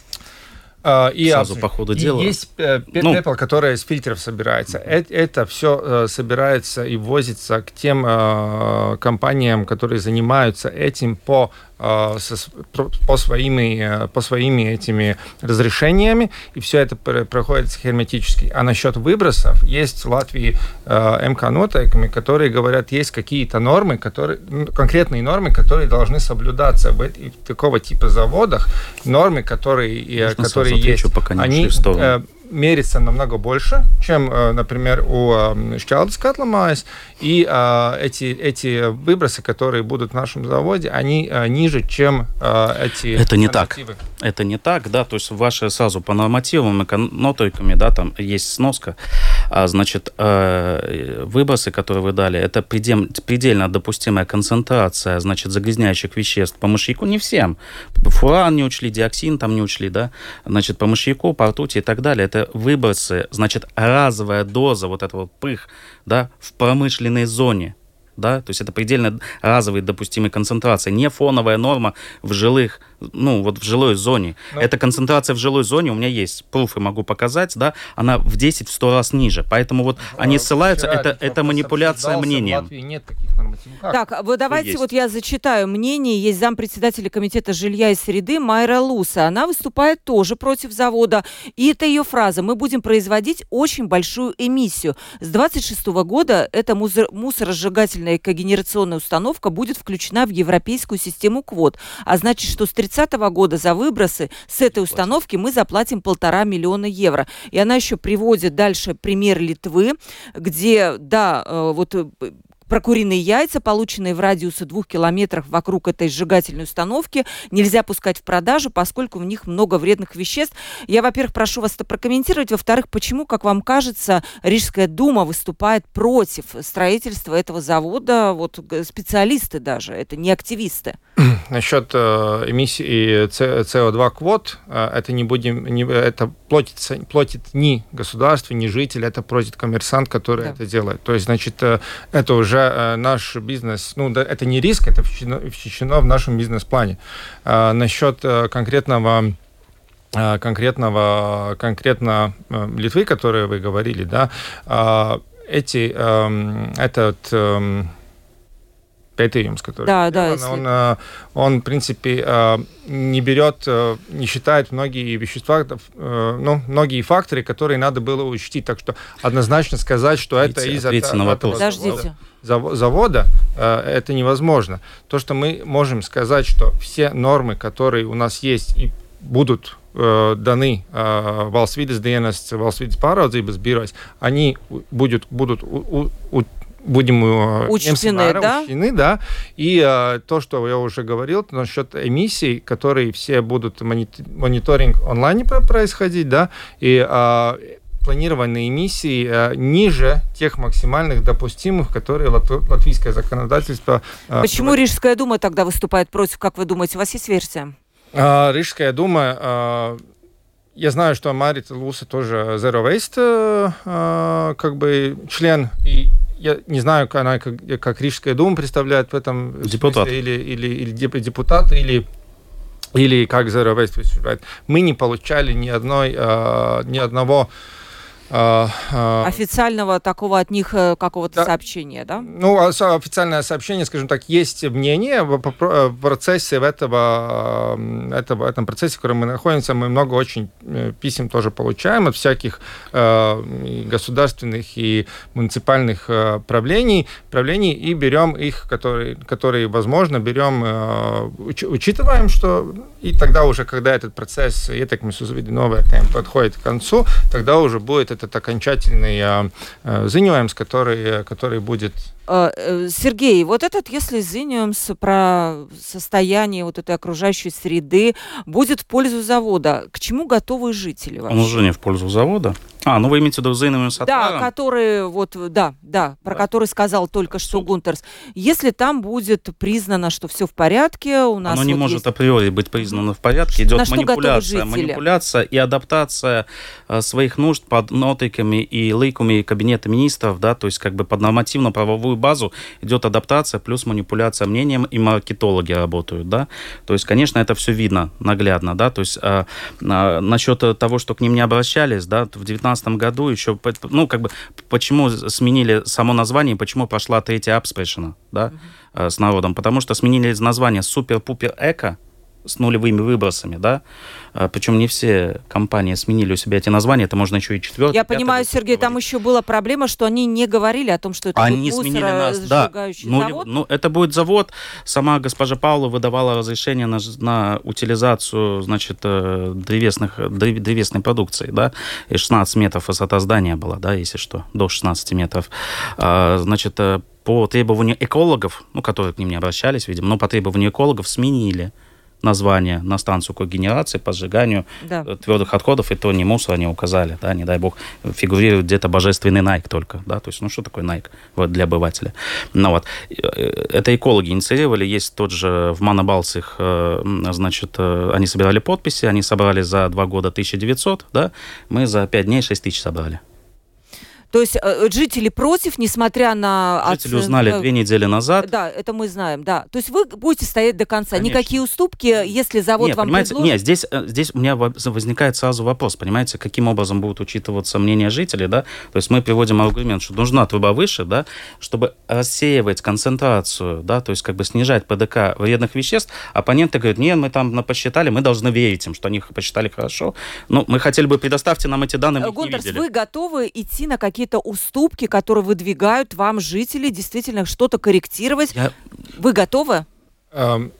И сразу по ходу дела. Есть пепел, ну, который из фильтров собирается. Это, это все собирается и возится к тем э, компаниям, которые занимаются этим по, э, со, по, своими, по своими этими разрешениями, и все это проходит герметически. А насчет выбросов, есть в Латвии э, эм ка нотайками, которые говорят, есть какие-то нормы, которые, конкретные нормы, которые должны соблюдаться в, в такого типа заводах, нормы, которые, которые есть, пока не они э, мерятся намного больше, чем, э, например, у э, Šķeldes Katlamājas, и э, эти, эти выбросы, которые будут в нашем заводе, они э, ниже, чем э, эти Это не нормативы. так. Это не так, да, то есть ваши сразу по нормативам, нотойками, да, там есть сноска, а, значит, э, выбросы, которые вы дали, это предел, предельно допустимая концентрация, значит, загрязняющих веществ по мышьяку, не всем, фуран не учли, диоксин там не учли, да, значит, по мышьяку, по ртути и так далее, это выбросы, значит, разовая доза вот этого пых, да, в промышленной зоне, да, то есть это предельно разовые допустимые концентрации, не фоновая норма в жилых, ну, вот в жилой зоне. Но... Эта концентрация в жилой зоне, у меня есть пруфы, могу показать, да, она в десять-сто раз ниже, поэтому вот а, они ссылаются, это, это манипуляция мнением. В Латвии нет таких нормативов. Так, вы давайте вот я зачитаю мнение, есть зампредседателя комитета жилья и среды Майра Луса, она выступает тоже против завода, и это ее фраза: мы будем производить очень большую эмиссию. С двадцать шестого года эта мусоросжигательная когенерационная установка будет включена в европейскую систему квот. А значит, что с тридцатого года за выбросы с этой установки мы заплатим полтора миллиона евро. И она еще приводит дальше пример Литвы, где, да, вот... Про куриные яйца, полученные в радиусе двух километров вокруг этой сжигательной установки, нельзя пускать в продажу, поскольку в них много вредных веществ. Я, во-первых, прошу вас это прокомментировать. Во-вторых, почему, как вам кажется, Рижская дума выступает против строительства этого завода? Вот специалисты даже, это не активисты. Насчет э, эмиссии си о два квот, э, это не будем, не, это платит, платит не государство, не житель, это платит коммерсант, который да. это делает. То есть, значит, э, это уже э, наш бизнес, ну, да, это не риск, это включено в нашем бизнес-плане. Э, насчет э, конкретного э, конкретного, конкретно э, Литвы, которые вы говорили, да, э, эти, э, этот... Э, пятыримс, который да, да, он, он, он, в принципе, не берет, не считает многие вещества, ну, многие факторы, которые надо было учтить. Так что однозначно сказать, что это из-за этого завода, это невозможно. То, что мы можем сказать, что все нормы, которые у нас есть и будут даны Valsts vides dienests, Valsts vides pāraudzības birojas, они будут, будут у, у, будем учтены, да? учтены, да. И а, то, что я уже говорил, насчет эмиссий, которые все будут мониторинг онлайн происходить, да, и а, планированные эмиссии а, ниже тех максимальных допустимых, которые лат- латвийское законодательство... А, Почему говорит. Рижская дума тогда выступает против, как вы думаете? У вас есть версия? А, Рижская дума... А, я знаю, что Марита Луса тоже Zero Waste а, как бы член, и я не знаю, она как, как Рижская дума представляет в этом депутат. Смысле, или, или, или депутат, или, или как Zero Waste выступает. Мы не получали ни, одной, uh, ни одного... Uh, uh, официального такого от них какого-то да, сообщения, да? Ну, официальное сообщение, скажем так, есть мнение в процессе, в этого, этого, этом процессе, в котором мы находимся, мы много очень писем тоже получаем от всяких э, государственных и муниципальных э, правлений, правлений и берем их, которые, которые возможно, берем, э, уч, учитываем, что и тогда уже, когда этот процесс, ietekmes uz vidi novērtējums подходит к концу, тогда уже будет этот окончательный э, э, ziņojums, который, который будет Сергей, вот этот, если извинимся про состояние вот этой окружающей среды, будет в пользу завода. К чему готовы жители вообще? Он уже не в пользу завода. А, ну вы имеете в виду взаимную с Да, который, вот, да, да, про да. который сказал только что Гунтерс. Если там будет признано, что все в порядке, у нас... Оно не вот может есть... априори быть признано в порядке. Идет На что манипуляция, манипуляция и адаптация э, своих нужд под нотиками и лейками Кабинета министров, да, то есть как бы под нормативно-правовую базу идет адаптация плюс манипуляция мнением, и маркетологи работают, да. То есть, конечно, это все видно наглядно, да, то есть э, э, насчет того, что к ним не обращались, да, в девятнадцатом году еще, ну, как бы, почему сменили само название, почему прошла третья апспрешена, да, mm-hmm. с народом, потому что сменили название «Супер-пупер-эко» с нулевыми выбросами, да, причем не все компании сменили у себя эти названия, это можно еще и четвертый. Я понимаю, Сергей, говорить. Там еще была проблема, что они не говорили о том, что это они будет мусоросжигающий да. завод. Ну, это будет завод, сама госпожа Паула выдавала разрешение на, на утилизацию, значит, древесных, древесной продукции, да, и шестнадцать метров высота здания была, да, если что, до шестнадцати метров, значит, по требованию экологов, ну, которые к ним не обращались, видимо, но по требованию экологов сменили название на станцию когенерации по сжиганию да. твердых отходов, и то не мусор они указали, да, не дай бог, фигурирует где-то божественный Nike только, да, то есть, ну, что такое Nike вот, для обывателя. Ну, вот, это экологи инициировали, есть тот же в Манабалцах, значит, они собирали подписи, они собрали за два года тысяча девятьсот, да, мы за пять дней шесть тысяч собрали. То есть жители против, несмотря на... Жители узнали две недели назад. Да, это мы знаем, да. То есть вы будете стоять до конца. Конечно. Никакие уступки, если завод нет, вам понимаете, предложит... Нет, здесь, здесь у меня возникает сразу вопрос, понимаете, каким образом будут учитываться мнения жителей, да? То есть мы приводим аргумент, что нужна труба выше, да, чтобы рассеивать концентрацию, да, то есть как бы снижать ПДК вредных веществ. Оппоненты говорят, нет, мы там посчитали, мы должны верить им, что они посчитали хорошо. Ну, мы хотели бы, предоставьте нам эти данные, мы их Гунтерс, не видели. вы готовы идти на какие какие-то уступки, которые выдвигают вам жители, действительно что-то корректировать? Я... Вы готовы? Um...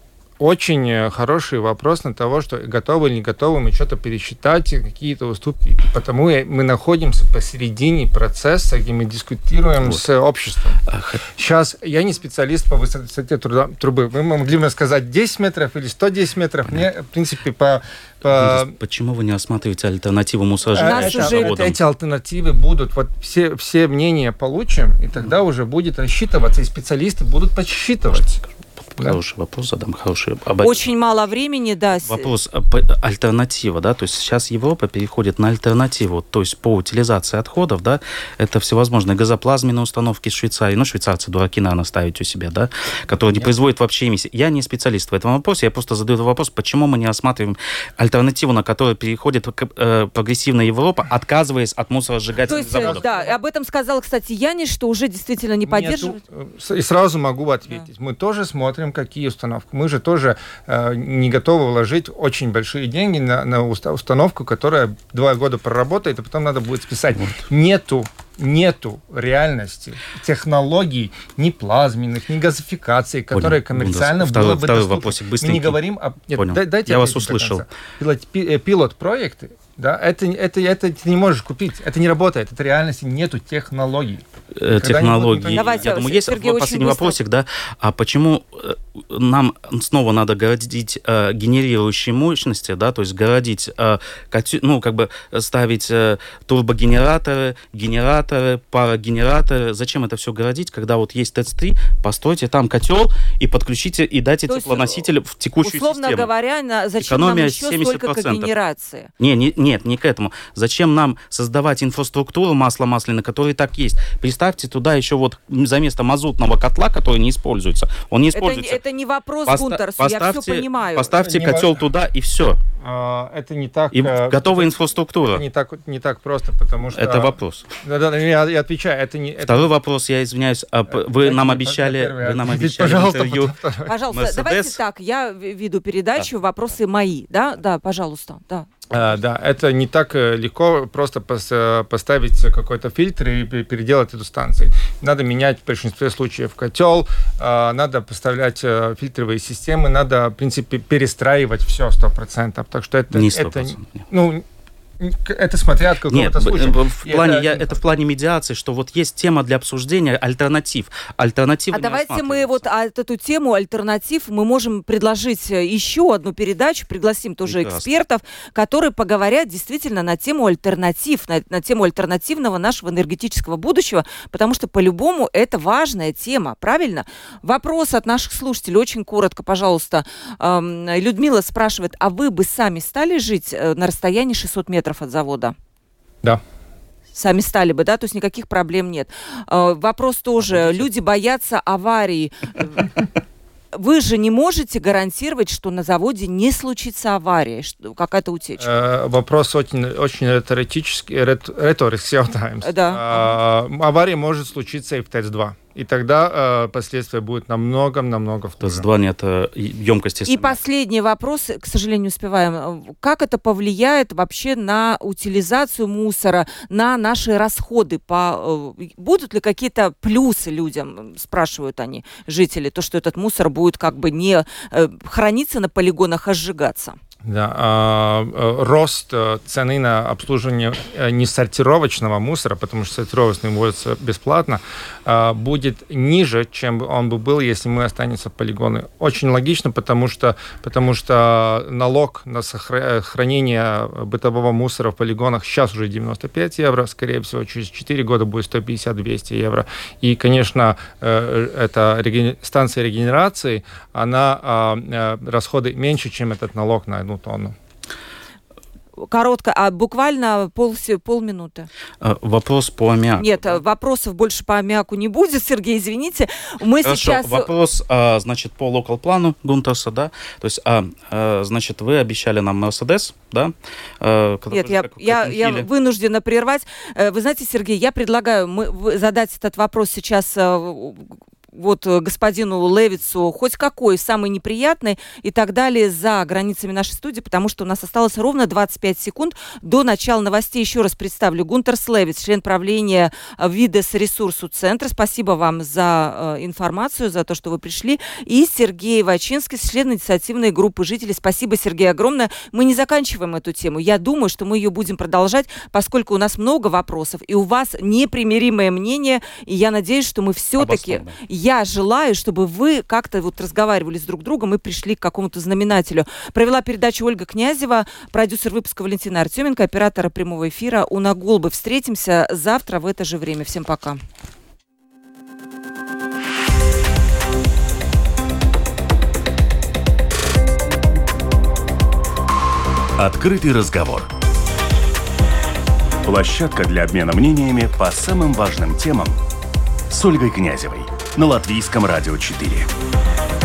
Очень хороший вопрос на того, что готовы или не готовы мы что-то пересчитать, какие-то уступки. Потому мы находимся посередине процесса, где мы дискутируем вот. с обществом. Сейчас я не специалист по высоте трубы. Вы могли бы сказать десять метров или сто десять метров. Мне, в принципе, по... по... Почему вы не рассматриваете альтернативу мусоросжигающим заводам? Эти альтернативы будут. Вот все, все мнения получим, и тогда уже будет рассчитываться, и специалисты будут подсчитывать. Хороший да. вопрос задам, хороший. Очень мало времени, да. Вопрос альтернатива, да, то есть сейчас Европа переходит на альтернативу, то есть по утилизации отходов, да, это всевозможные газоплазменные установки из Швейцарии, ну, швейцарцы дураки, наверное, ставить у себя, да, которые Нет. не производят вообще эмиссии. Я не специалист в этом вопросе, я просто задаю вопрос, почему мы не рассматриваем альтернативу, на которую переходит э, прогрессивная Европа, отказываясь от мусоросжигательных то есть, заводов. Да, об этом сказал, кстати, Янис, что уже действительно не поддерживает. Нету, и сразу могу ответить. Да. Мы тоже смотрим, какие установки. Мы же тоже э, не готовы вложить очень большие деньги на, на установку, которая два года проработает, и потом надо будет списать. Вот. Нету, нету реальности технологий ни плазменных, ни газификации, которые Понял. коммерциально второй, было бы второй доступны. вопросик, Мы не говорим о... Нет, Понял. Дай, дайте Я вас услышал. Пилот, пилот-проекты, да, это, это, это ты не можешь купить, это не работает, это реальности нету технологий. Технологии. Давайте, я думаю, есть Сергей, последний вопросик, да, а почему нам снова надо городить э, генерирующие мощности, да, то есть городить, э, котю, ну, как бы ставить э, турбогенераторы, генераторы, парогенераторы. Зачем это все городить, когда вот есть ТЭЦ три, постройте там котел и подключите, и дайте то теплоноситель в текущую условно систему. Условно говоря, зачем Экономия нам еще семьдесят процентов. Столько когенерации? Не, не, нет, не к этому. Зачем нам создавать инфраструктуру масла-масляной, которая и так есть? Представьте туда еще вот за место мазутного котла, который не используется. Он не используется. Это, это не вопрос, Поста- Гунтерс, я все понимаю. Поставьте котел не туда, и все. Это не так... И готовая инфраструктура. Это не так, не так просто, потому что... Это вопрос. Да, да, я, я отвечаю. Это не, Второй это... вопрос, я извиняюсь. Вы это нам обещали, вы нам обещали пожалуйста, интервью. Пожалуйста, Mercedes. Давайте так, я веду передачу, да. Вопросы мои. Да, да, пожалуйста, да. А, да, это не так легко просто пос- поставить какой-то фильтр и переделать эту станцию. Надо менять в большинстве случаев котел, а, надо поставлять а, фильтровые системы, надо, в принципе, перестраивать все сто процентов. Так что это... Не сто процентов. Это, ну, Это смотря от какого-то случая. В плане, это... Я, это в плане медиации, что вот есть тема для обсуждения альтернатив. Альтернативы а давайте мы вот а, эту тему альтернатив мы можем предложить еще одну передачу, пригласим тоже Прекрасно. экспертов, которые поговорят действительно на тему альтернатив, на, на тему альтернативного нашего энергетического будущего, потому что по-любому это важная тема, правильно? Вопрос от наших слушателей, очень коротко, пожалуйста. Эм, Людмила спрашивает, а вы бы сами стали жить на расстоянии шестьсот метров от завода? Да. Сами стали бы, да? То есть никаких проблем нет. Э, вопрос тоже. А люди боятся аварий. Вы же не можете гарантировать, что на заводе не случится авария, какая-то утечка? Э, вопрос очень, очень риторический, риторический. Да. Э, авария может случиться и в ТЭЦ два. И тогда э, последствия будут намного-намного хуже. ТЭЦ два нет емкости. И последний вопрос, к сожалению, успеваем. Как это повлияет вообще на утилизацию мусора, на наши расходы? По, э, будут ли какие-то плюсы людям, спрашивают они, жители, то, что этот мусор будет как бы не э, храниться на полигонах, а сжигаться? Да, э, рост цены на обслуживание несортировочного мусора, потому что сортировочный вводится бесплатно, э, будет ниже, чем он бы был, если мы останемся в полигоны. Очень логично, потому что, потому что налог на хранение бытового мусора в полигонах сейчас уже девяносто пять евро, скорее всего, через четыре года будет сто пятьдесят - двести евро. И, конечно, э, эта реге... станция регенерации, она э, расходы меньше, чем этот налог на одну тонну. Коротко, а буквально пол, полминуты. Вопрос по аммиаку. Нет, вопросов больше по аммиаку не будет, Сергей, извините. Мы Хорошо, сейчас... вопрос, значит, по локал-плану Гунтерса, да? То есть, значит, вы обещали нам Мерседес, да? Нет, я, я, я вынуждена прервать. Вы знаете, Сергей, я предлагаю мы, задать этот вопрос сейчас... вот господину Левицу, хоть какой, самый неприятный и так далее за границами нашей студии, потому что у нас осталось ровно двадцать пять секунд до начала новостей. Еще раз представлю. Гунтерс Левиц, член правления Видес Ресурсу Центра. Спасибо вам за э, информацию, за то, что вы пришли. И Сергей Вачинский, член инициативной группы жителей. Спасибо, Сергей, огромное. Мы не заканчиваем эту тему. Я думаю, что мы ее будем продолжать, поскольку у нас много вопросов, и у вас непримиримое мнение, и я надеюсь, что мы все-таки... Я желаю, чтобы вы как-то вот разговаривали с друг другом и пришли к какому-то знаменателю. Провела передачу Ольга Князева, продюсер выпуска Валентина Артеменко, оператора прямого эфира Уна Голубы. Встретимся завтра в это же время. Всем пока. Открытый разговор. Площадка для обмена мнениями по самым важным темам с Ольгой Князевой на Латвийском радио четыре.